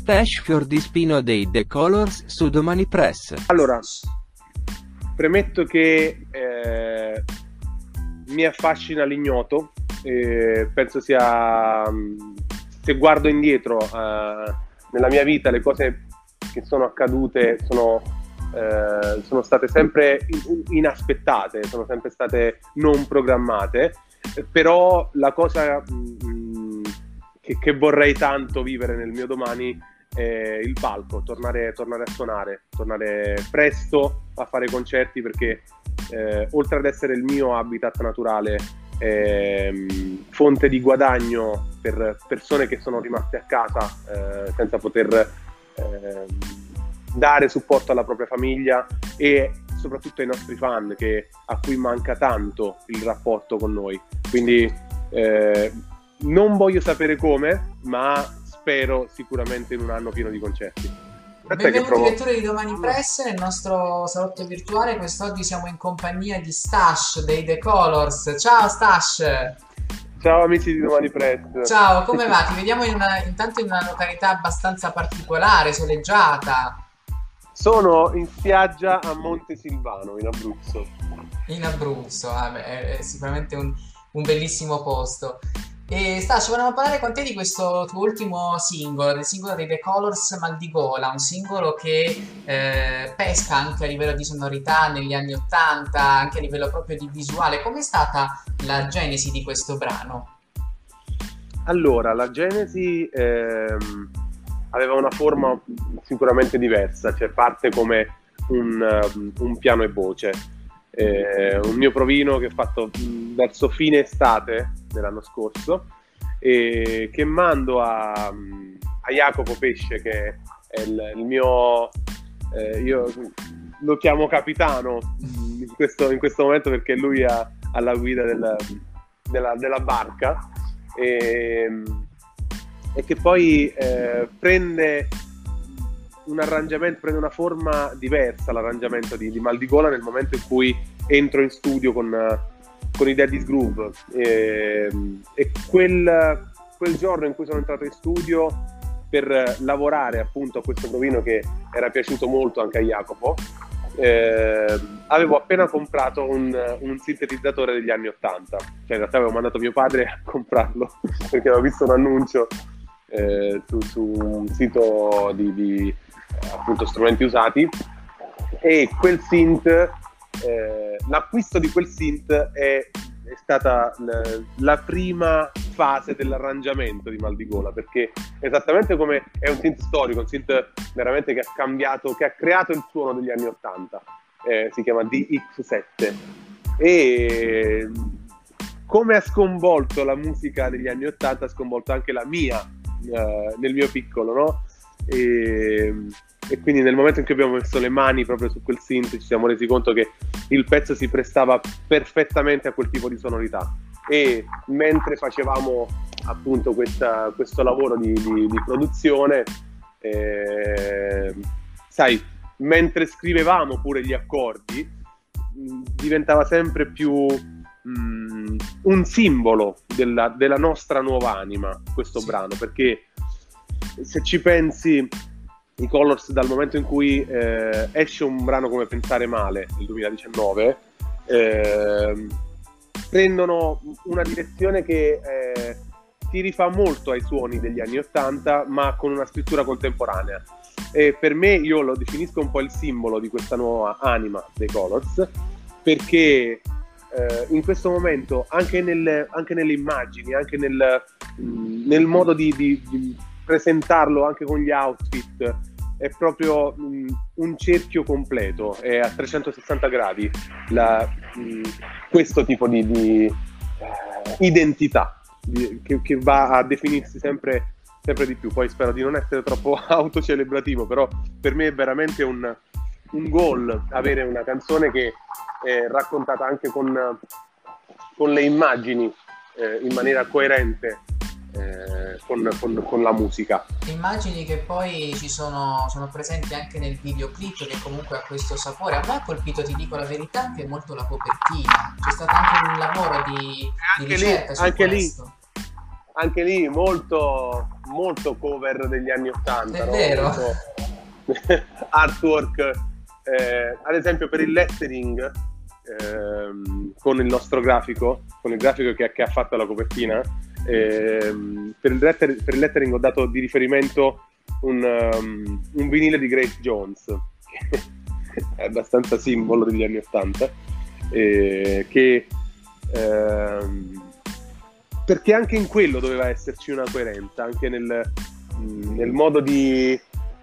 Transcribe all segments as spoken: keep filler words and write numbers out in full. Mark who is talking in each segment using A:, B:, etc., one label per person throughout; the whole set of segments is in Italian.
A: Stash Fiordispino dei The Colors su Domani Press.
B: Allora, premetto che eh, mi affascina l'ignoto, eh, penso sia, se guardo indietro eh, nella mia vita, le cose che sono accadute sono, eh, sono state sempre inaspettate, sono sempre state non programmate, però la cosa mh, che, che vorrei tanto vivere nel mio domani è il palco, tornare, tornare a suonare, tornare presto a fare concerti, perché eh, oltre ad essere il mio habitat naturale, è mh, fonte di guadagno per persone che sono rimaste a casa eh, senza poter eh, dare supporto alla propria famiglia, e soprattutto ai nostri fan, che, a cui manca tanto il rapporto con noi. Quindi eh, non voglio sapere come, ma spero sicuramente in un anno pieno di concerti.
C: Benvenuti lettori di Domani Press nel nostro salotto virtuale. Quest'oggi siamo in compagnia di Stash dei The Colors. Ciao Stash!
B: Ciao amici di Domani Press!
C: Ciao, come va? Ti vediamo in una, intanto in una località abbastanza particolare, soleggiata.
B: Sono in spiaggia a Montesilvano, in Abruzzo.
C: In Abruzzo, ah, beh, è sicuramente un, un bellissimo posto. E Stash, volevamo parlare con te di questo tuo ultimo singolo, del singolo dei The Colors, Mal di Gola, un singolo che eh, pesca anche a livello di sonorità negli anni ottanta, anche a livello proprio di visuale. Com'è stata la genesi di questo brano?
B: Allora, la genesi ehm, aveva una forma sicuramente diversa, cioè parte come un, un piano e voce. Eh, un mio provino che ho fatto verso fine estate dell'anno scorso, e che mando a, a Jacopo Pesce, che è il, il mio eh, io lo chiamo capitano in questo, in questo momento, perché lui ha alla guida del, della, della barca, e, e che poi eh, prende un arrangiamento, prende una forma diversa l'arrangiamento di, di Mal di Gola nel momento in cui entro in studio con, con i Daddy's Groove, e, e quel, quel giorno in cui sono entrato in studio per lavorare appunto a questo provino che era piaciuto molto anche a Jacopo, eh, avevo appena comprato un, un sintetizzatore degli anni ottanta, cioè in realtà avevo mandato mio padre a comprarlo perché avevo visto un annuncio eh, su, su un sito di, di appunto strumenti usati, e quel synth, eh, l'acquisto di quel synth è, è stata la, la prima fase dell'arrangiamento di Mal di Gola, perché esattamente come è un synth storico, un synth veramente che ha cambiato, che ha creato il suono degli anni ottanta, eh, si chiama D X sette, e come ha sconvolto la musica degli anni ottanta ha sconvolto anche la mia eh, nel mio piccolo, no? E, e quindi nel momento in cui abbiamo messo le mani proprio su quel synth ci siamo resi conto che il pezzo si prestava perfettamente a quel tipo di sonorità, e mentre facevamo appunto questa, questo lavoro di, di, di produzione, eh, sai, mentre scrivevamo pure gli accordi, diventava sempre più mh, un simbolo della, della nostra nuova anima questo brano, perché se ci pensi, i Colors, dal momento in cui eh, esce un brano come Pensare Male nel duemiladiciannove, eh, prendono una direzione che eh, si rifà molto ai suoni degli anni ottanta, ma con una scrittura contemporanea. E per me, io lo definisco un po' il simbolo di questa nuova anima dei Colors, perché eh, in questo momento, anche, nel, anche nelle immagini, anche nel, mh, nel modo di, di, di presentarlo, anche con gli outfit, è proprio mh, un cerchio completo, è a trecentosessanta gradi la, mh, questo tipo di, di uh, identità di, che, che va a definirsi sempre, sempre di più. Poi spero di non essere troppo autocelebrativo, però per me è veramente un, un goal avere una canzone che è raccontata anche con, con le immagini eh, in maniera coerente Eh, con, con, con la musica.
C: Immagini che poi ci sono, sono presenti anche nel videoclip, che comunque ha questo sapore. A me ha colpito, ti dico la verità, anche molto la copertina. C'è stato anche un lavoro di, di ricerca su
B: anche
C: questo.
B: Lì, anche lì molto, molto cover degli anni ottanta,
C: È
B: no?
C: vero.
B: Molto artwork, eh, ad esempio per il lettering, ehm, con il nostro grafico, con il grafico che, che ha fatto la copertina, ehm, per, il letter- per il lettering ho dato di riferimento un, um, un vinile di Grace Jones, che è abbastanza simbolo degli anni ottanta, eh, che ehm, perché anche in quello doveva esserci una coerenza, anche nel, nel modo di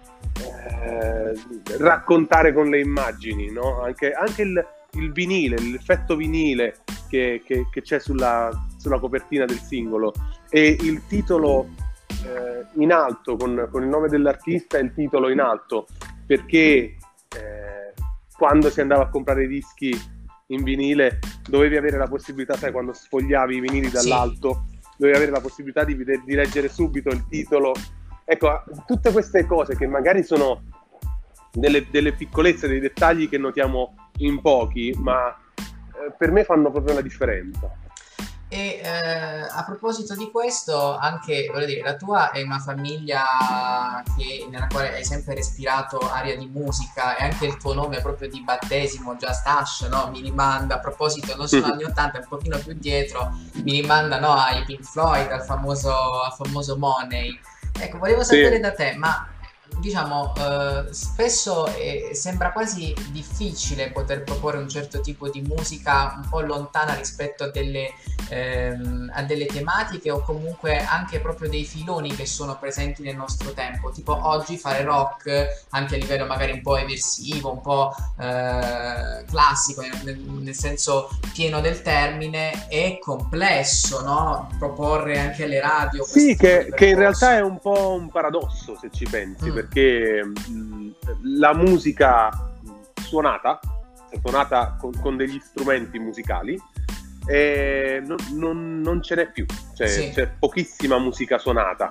B: eh, raccontare con le immagini, no? Anche, anche il, il vinile, l'effetto vinile che, che, che c'è sulla, sulla copertina del singolo, e il titolo eh, in alto, con, con il nome dell'artista e il titolo in alto, perché eh, quando si andava a comprare i dischi in vinile dovevi avere la possibilità, sai, quando sfogliavi i vinili dall'alto, sì, dovevi avere la possibilità di, di leggere subito il titolo. Ecco, tutte queste cose che magari sono delle, delle piccolezze, dei dettagli che notiamo in pochi, ma eh, per me fanno proprio la differenza.
C: E eh, a proposito di questo, anche, voglio dire, la tua è una famiglia che, nella quale hai sempre respirato aria di musica, e anche il tuo nome proprio di battesimo, Just Ash, no? Mi rimanda, a proposito, non solo anni ottanta, un pochino più dietro, mi rimanda, no, ai Pink Floyd, al famoso, al famoso Money. Ecco, volevo sapere, sì, da te, ma diciamo, eh, spesso eh, sembra quasi difficile poter proporre un certo tipo di musica un po' lontana rispetto a delle, ehm, a delle tematiche, o comunque anche proprio dei filoni che sono presenti nel nostro tempo. Tipo oggi fare rock anche a livello magari un po' eversivo, un po' eh, classico, nel, nel senso pieno del termine, è complesso, no? Proporre anche alle radio.
B: Sì, che, che in realtà è un po' un paradosso, se ci pensi, mm. perché mh, la musica suonata, suonata con, con degli strumenti musicali, eh, non, non, non ce n'è più, cioè, sì, c'è pochissima musica suonata,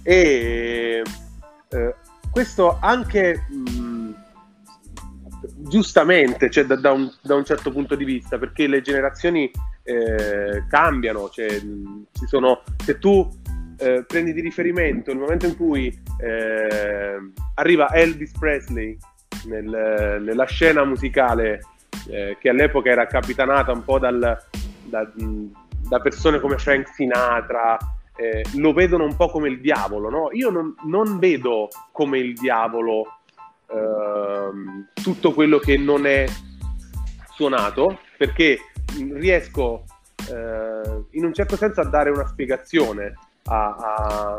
B: e eh, questo anche mh, giustamente, cioè, da, da, un, da un certo punto di vista, perché le generazioni eh, cambiano, cioè, mh, ci sono, se tu Eh, prendi di riferimento il momento in cui eh, arriva Elvis Presley nel, nella scena musicale, eh, che all'epoca era capitanata un po' dal, da, da persone come Frank Sinatra, eh, lo vedono un po' come il diavolo, no? Io non, non vedo come il diavolo eh, tutto quello che non è suonato, perché riesco eh, in un certo senso a dare una spiegazione, A, a,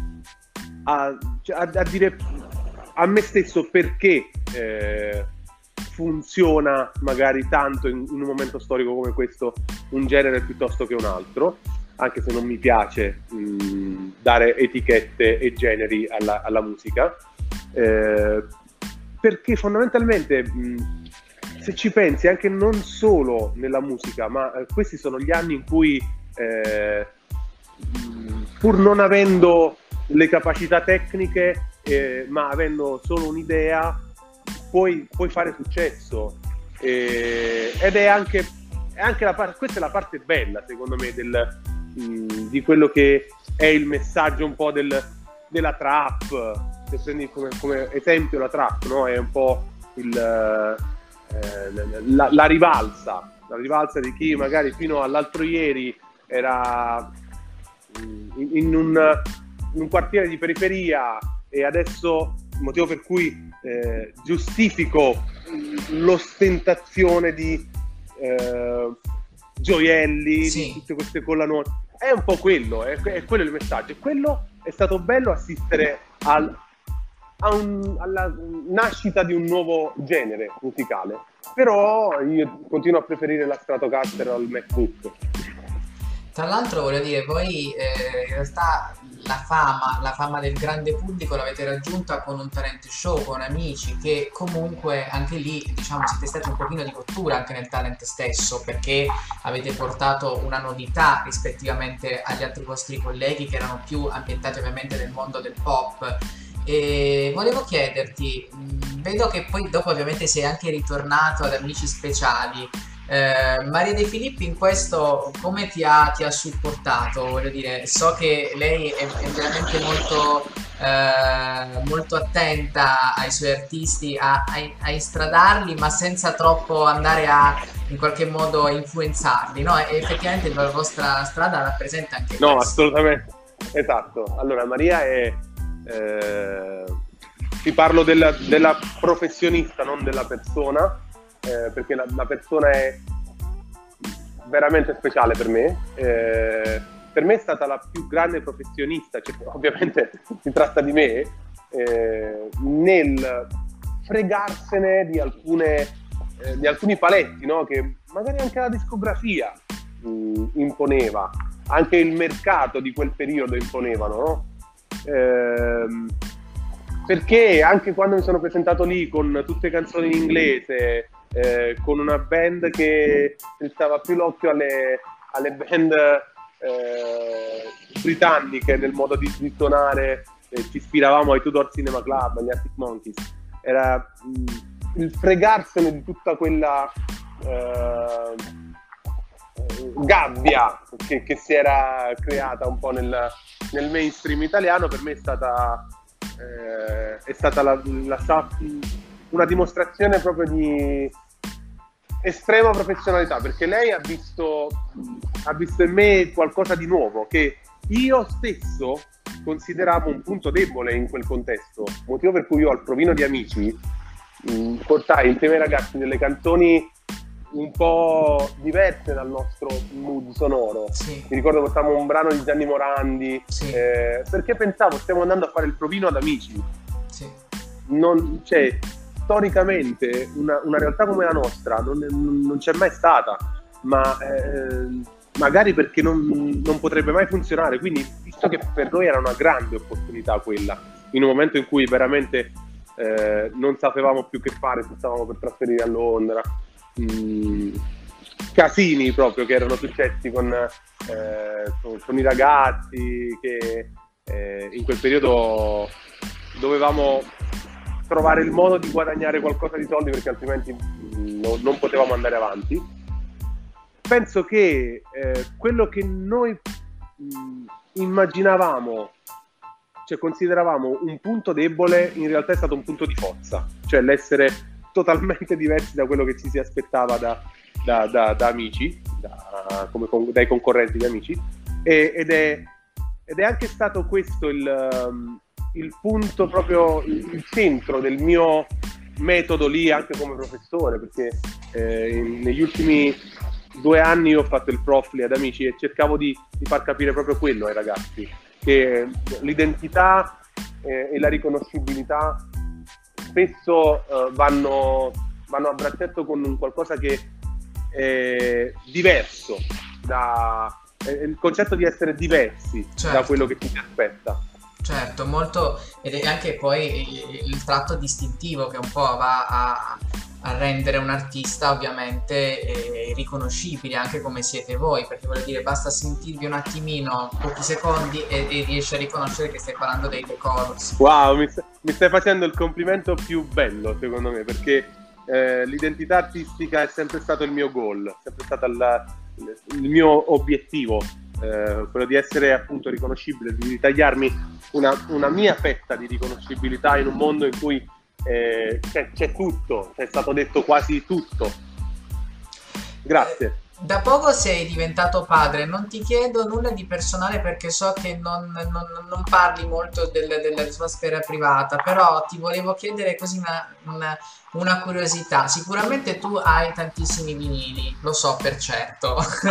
B: a, a dire a me stesso perché eh, funziona magari tanto in, in un momento storico come questo un genere piuttosto che un altro, anche se non mi piace mh, dare etichette e generi alla, alla musica, eh, perché fondamentalmente mh, se ci pensi anche non solo nella musica, ma eh, questi sono gli anni in cui eh, pur non avendo le capacità tecniche, eh, ma avendo solo un'idea, puoi, puoi fare successo, eh, ed è anche, è anche la parte, questa è la parte bella secondo me del, mh, di quello che è il messaggio un po' del, della trap. Se prendi come, come esempio la trap, no? È un po' il, eh, la, la rivalsa la rivalsa di chi magari fino all'altro ieri era In, in, un, in un quartiere di periferia, e adesso il motivo per cui eh, giustifico l'ostentazione di eh, gioielli, sì, di tutte queste collanone, è un po' quello, è, è quello il messaggio. E quello è stato bello, assistere al, a un, alla nascita di un nuovo genere musicale, però io continuo a preferire la Stratocaster al MacBook.
C: Tra l'altro voglio dire, voi eh, in realtà la fama, la fama del grande pubblico l'avete raggiunta con un talent show, con amici, che comunque anche lì, diciamo, siete stati un pochino di cottura anche nel talent stesso, perché avete portato una novità rispettivamente agli altri vostri colleghi che erano più ambientati ovviamente nel mondo del pop. E volevo chiederti, mh, vedo che poi dopo ovviamente sei anche ritornato ad Amici Speciali. Eh, Maria De Filippi in questo come ti ha, ti ha supportato? Voglio dire, so che lei è, è veramente molto, eh, molto attenta ai suoi artisti, a, a, a instradarli, ma senza troppo andare a in qualche modo influenzarli, no? E effettivamente la vostra strada rappresenta anche
B: No,
C: questo.
B: assolutamente, esatto. Allora, Maria è... Eh, ti parlo della, della professionista, non della persona, eh, perché la, la persona è veramente speciale per me. Eh, per me è stata la più grande professionista, cioè, ovviamente si tratta di me, eh, nel fregarsene di alcune... Eh, di alcuni paletti, no? Che magari anche la discografia mh, imponeva, anche il mercato di quel periodo imponevano, no? Ehm, perché anche quando mi sono presentato lì con tutte canzoni in inglese, eh, con una band che stava più l'occhio alle, alle band eh, britanniche nel modo di, di suonare, eh, ci ispiravamo ai Tudor Cinema Club, agli Arctic Monkeys, era... Mh, il fregarsene di tutta quella eh, gabbia che, che si era creata un po' nel, nel mainstream italiano, per me è stata, eh, è stata la, la, una dimostrazione proprio di estrema professionalità, perché lei ha visto, ha visto in me qualcosa di nuovo che io stesso consideravo un punto debole in quel contesto, motivo per cui io al provino di Amici portai insieme ai ragazzi delle canzoni un po' diverse dal nostro mood sonoro.
C: Sì.
B: Mi ricordo portammo un brano di Gianni Morandi,
C: sì.
B: eh, perché pensavo stiamo andando a fare il provino ad Amici.
C: Sì.
B: Non, cioè, storicamente una, una realtà come la nostra non, non c'è mai stata, ma eh, magari perché non, non potrebbe mai funzionare, quindi visto che per noi era una grande opportunità quella, in un momento in cui veramente Eh, non sapevamo più che fare, stavamo per trasferire a Londra, mm, casini proprio che erano successi con, eh, con, con i ragazzi che eh, in quel periodo dovevamo trovare il modo di guadagnare qualcosa di soldi perché altrimenti mm, no, non potevamo andare avanti. Penso che eh, quello che noi mh, immaginavamo, cioè consideravamo un punto debole, in realtà è stato un punto di forza, cioè l'essere totalmente diversi da quello che ci si aspettava da, da, da, da Amici, da, come con, dai concorrenti di Amici, e, ed, è, ed è anche stato questo il, il punto, proprio il, il centro del mio metodo lì anche come professore, perché eh, in, negli ultimi due anni ho fatto il prof lì ad Amici e cercavo di, di far capire proprio quello ai ragazzi, che l'identità eh, e la riconoscibilità spesso eh, vanno, vanno a braccetto con un qualcosa che è diverso, da, è il concetto di essere diversi, certo, da quello che ci si aspetta.
C: Certo, molto, ed è anche poi il tratto distintivo che un po' va a, a rendere un artista ovviamente eh, riconoscibile anche come siete voi, perché voglio dire basta sentirvi un attimino, pochi secondi e, e riesci a riconoscere che stai parlando dei The Colors.
B: Wow, mi, mi stai facendo il complimento più bello secondo me, perché eh, l'identità artistica è sempre stato il mio goal, è sempre stato il, il mio obiettivo. Eh, quello di essere appunto riconoscibile, di ritagliarmi una, una mia fetta di riconoscibilità in un mondo in cui eh, c'è, c'è tutto, è stato detto quasi tutto. Grazie.
C: Da poco sei diventato padre, non ti chiedo nulla di personale perché so che non, non, non parli molto del, della tua sfera privata, però ti volevo chiedere così una, una, una curiosità. Sicuramente tu hai tantissimi vinili, lo so per certo.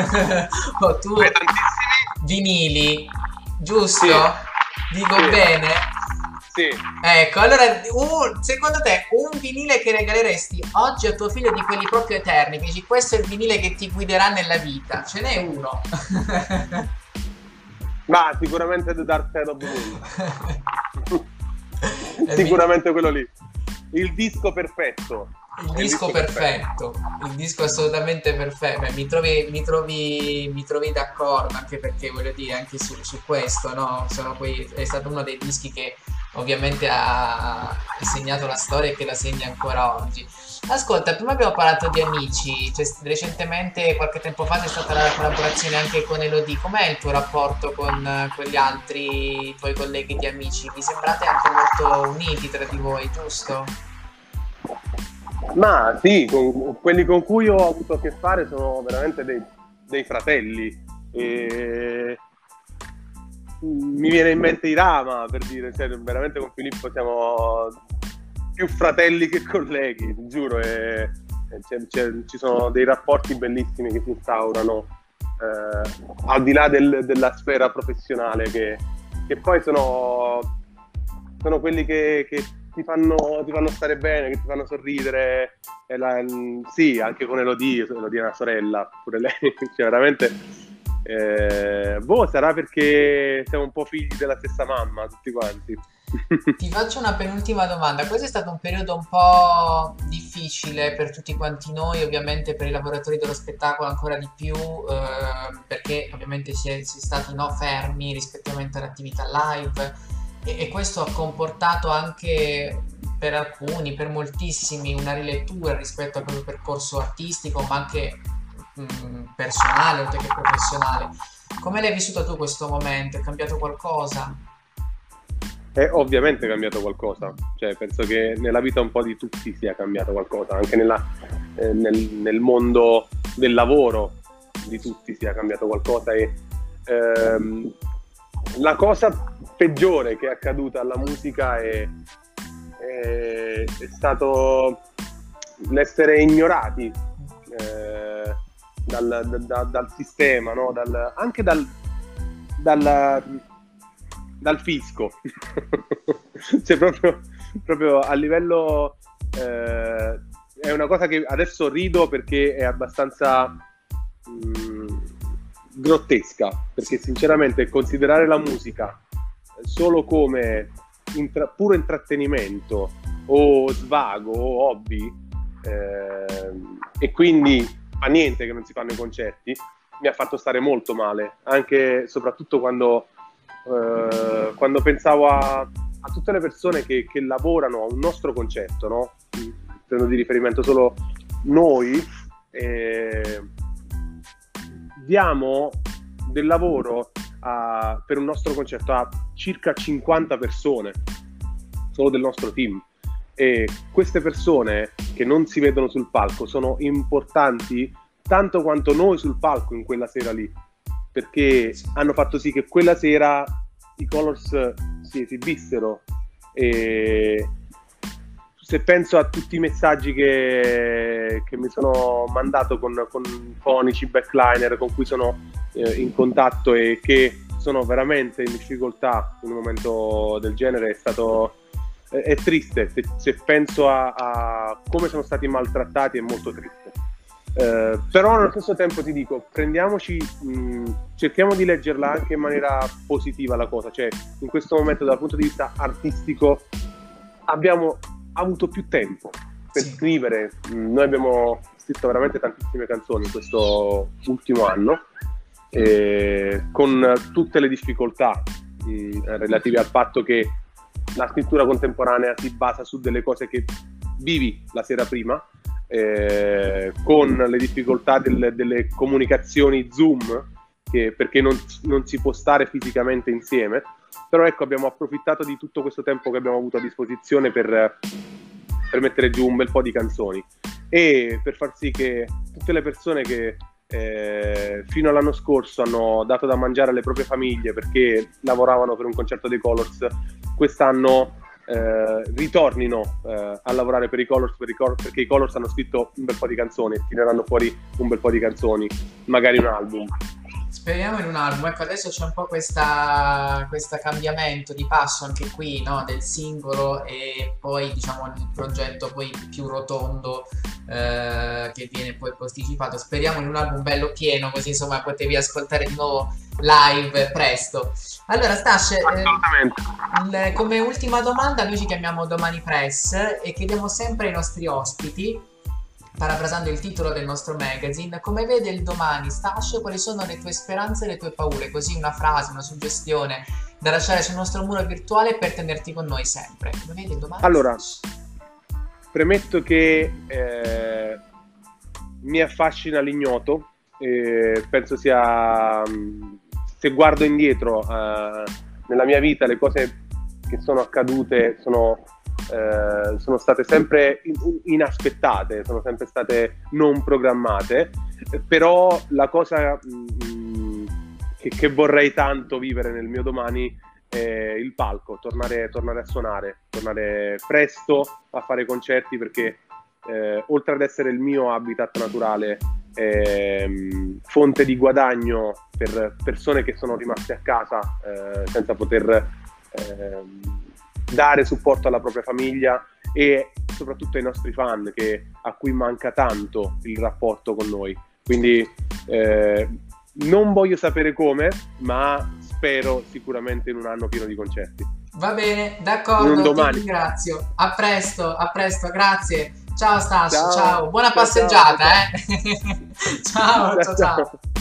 C: O tu
B: hai tantissimi
C: vinili, giusto?
B: Sì.
C: Dico
B: sì.
C: bene?
B: Sì.
C: Ecco, allora, uh, secondo te un vinile che regaleresti oggi a tuo figlio di quelli proprio eterni, che dici questo è il vinile che ti guiderà nella vita, ce n'è uno?
B: Ma sicuramente The Dark Side of the Moon. Sicuramente quello lì. Il disco perfetto.
C: Il disco, il disco perfetto. perfetto, il disco assolutamente perfetto. Beh, mi trovi, mi trovi, mi trovi d'accordo, anche perché voglio dire, anche su, su questo, no? Sono quei, è stato uno dei dischi che ovviamente ha, ha segnato la storia e che la segna ancora oggi. Ascolta, prima abbiamo parlato di amici, cioè, recentemente, qualche tempo fa, c'è stata la collaborazione anche con Elodie. Com'è il tuo rapporto con eh, quegli altri tuoi colleghi di amici? Vi sembrate anche molto uniti tra di voi, giusto?
B: Ma sì, con, quelli con cui ho avuto a che fare sono veramente dei, dei fratelli. E mi viene in mente Irama, per dire, cioè, veramente con Filippo siamo più fratelli che colleghi, giuro, e, e c'è- c'è- ci sono dei rapporti bellissimi che si instaurano eh, al di là del- della sfera professionale, che, che poi sono, sono quelli che, che ti fanno, ti fanno stare bene, che ti fanno sorridere. E la- sì, anche con Elodie, Elodie è una sorella, pure lei, cioè veramente. Eh, boh, sarà perché siamo un po' figli della stessa mamma, tutti quanti.
C: Ti faccio una penultima domanda. Questo è stato un periodo un po' difficile per tutti quanti noi, ovviamente per i lavoratori dello spettacolo ancora di più, eh, perché ovviamente si è, si è stati no, fermi rispettivamente all'attività live e, e questo ha comportato anche per alcuni, per moltissimi, una rilettura rispetto al proprio percorso artistico, ma anche mh, personale, oltre che professionale. Come l'hai vissuto tu questo momento? È cambiato qualcosa?
B: È ovviamente cambiato qualcosa, cioè penso che nella vita un po' di tutti sia cambiato qualcosa, anche nella- eh, nel, nel mondo del lavoro di tutti sia cambiato qualcosa, e ehm, la cosa peggiore che è accaduta alla musica è, è- è stato l'essere ignorati eh, dal, da- da- dal sistema, no? Dal- anche dal, dal, dal fisco. Cioè proprio, proprio a livello eh, è una cosa che adesso rido perché è abbastanza mh, grottesca, perché sinceramente considerare la musica solo come intra- puro intrattenimento o svago o hobby, ehm, e quindi fa niente che non si fanno i concerti, mi ha fatto stare molto male, anche soprattutto quando, eh, quando pensavo a, a tutte le persone che, che lavorano a un nostro concerto, no? Prendo di riferimento solo noi, eh, diamo del lavoro a- per un nostro concerto a circa cinquanta persone, solo del nostro team. E queste persone che non si vedono sul palco sono importanti tanto quanto noi sul palco in quella sera lì, perché hanno fatto sì che quella sera i Colors si esibissero. E se penso a tutti i messaggi che, che mi sono mandato con, con fonici, backliner con cui sono eh, in contatto e che sono veramente in difficoltà in un momento del genere, è stato è, è triste. Se, se penso a, a come sono stati maltrattati è molto triste. Eh, però allo stesso tempo ti dico, prendiamoci, mh, cerchiamo di leggerla anche in maniera positiva la cosa, cioè in questo momento dal punto di vista artistico abbiamo avuto più tempo per
C: Sì.
B: scrivere. Mh, noi abbiamo scritto veramente tantissime canzoni in questo ultimo anno, eh, con tutte le difficoltà mh, relative al fatto che la scrittura contemporanea si basa su delle cose che vivi la sera prima, eh, con le difficoltà del- delle comunicazioni Zoom, che- perché non, non si può stare fisicamente insieme. Però ecco, abbiamo approfittato di tutto questo tempo che abbiamo avuto a disposizione per, per mettere giù un bel po' di canzoni e per far sì che tutte le persone che eh, fino all'anno scorso hanno dato da mangiare alle proprie famiglie perché lavoravano per un concerto dei Colors, quest'anno eh, ritornino eh, a lavorare per i Colors, per i Col- perché i Colors hanno scritto un bel po' di canzoni, tireranno fuori un bel po' di canzoni, magari un album.
C: Speriamo in un album. Ecco, adesso c'è un po' questa, questo cambiamento di passo anche qui, no? Del singolo e poi diciamo il progetto poi più rotondo eh, che viene poi posticipato. Speriamo in un album bello pieno, così insomma potevi ascoltare di nuovo live presto. Allora, Stash, eh,
B: Assolutamente.
C: il- come ultima domanda, noi ci chiamiamo Domani Press e chiediamo sempre ai nostri ospiti, parafrasando il titolo del nostro magazine, come vede il domani, Stash? Quali sono le tue speranze e le tue paure? Così una frase, una suggestione da lasciare sul nostro muro virtuale per tenerti con noi sempre. Come vedi il domani?
B: Allora,
C: Stash?
B: premetto che eh, mi affascina l'ignoto, eh, penso sia, se guardo indietro eh, nella mia vita, le cose che sono accadute sono, eh, sono state sempre inaspettate, sono sempre state non programmate, però la cosa mh, che, che vorrei tanto vivere nel mio domani è il palco, tornare, tornare a suonare, tornare presto a fare concerti, perché eh, oltre ad essere il mio habitat naturale, è fonte di guadagno per persone che sono rimaste a casa eh, senza poter eh, dare supporto alla propria famiglia, e soprattutto ai nostri fan, che, a cui manca tanto il rapporto con noi. Quindi eh, non voglio sapere come, ma spero sicuramente in un anno pieno di concerti.
C: Va bene, d'accordo, ti ringrazio. A presto, a presto, grazie. Ciao Stasio, ciao, ciao. Buona
B: ciao,
C: passeggiata,
B: ciao,
C: eh. ciao, ciao, ciao.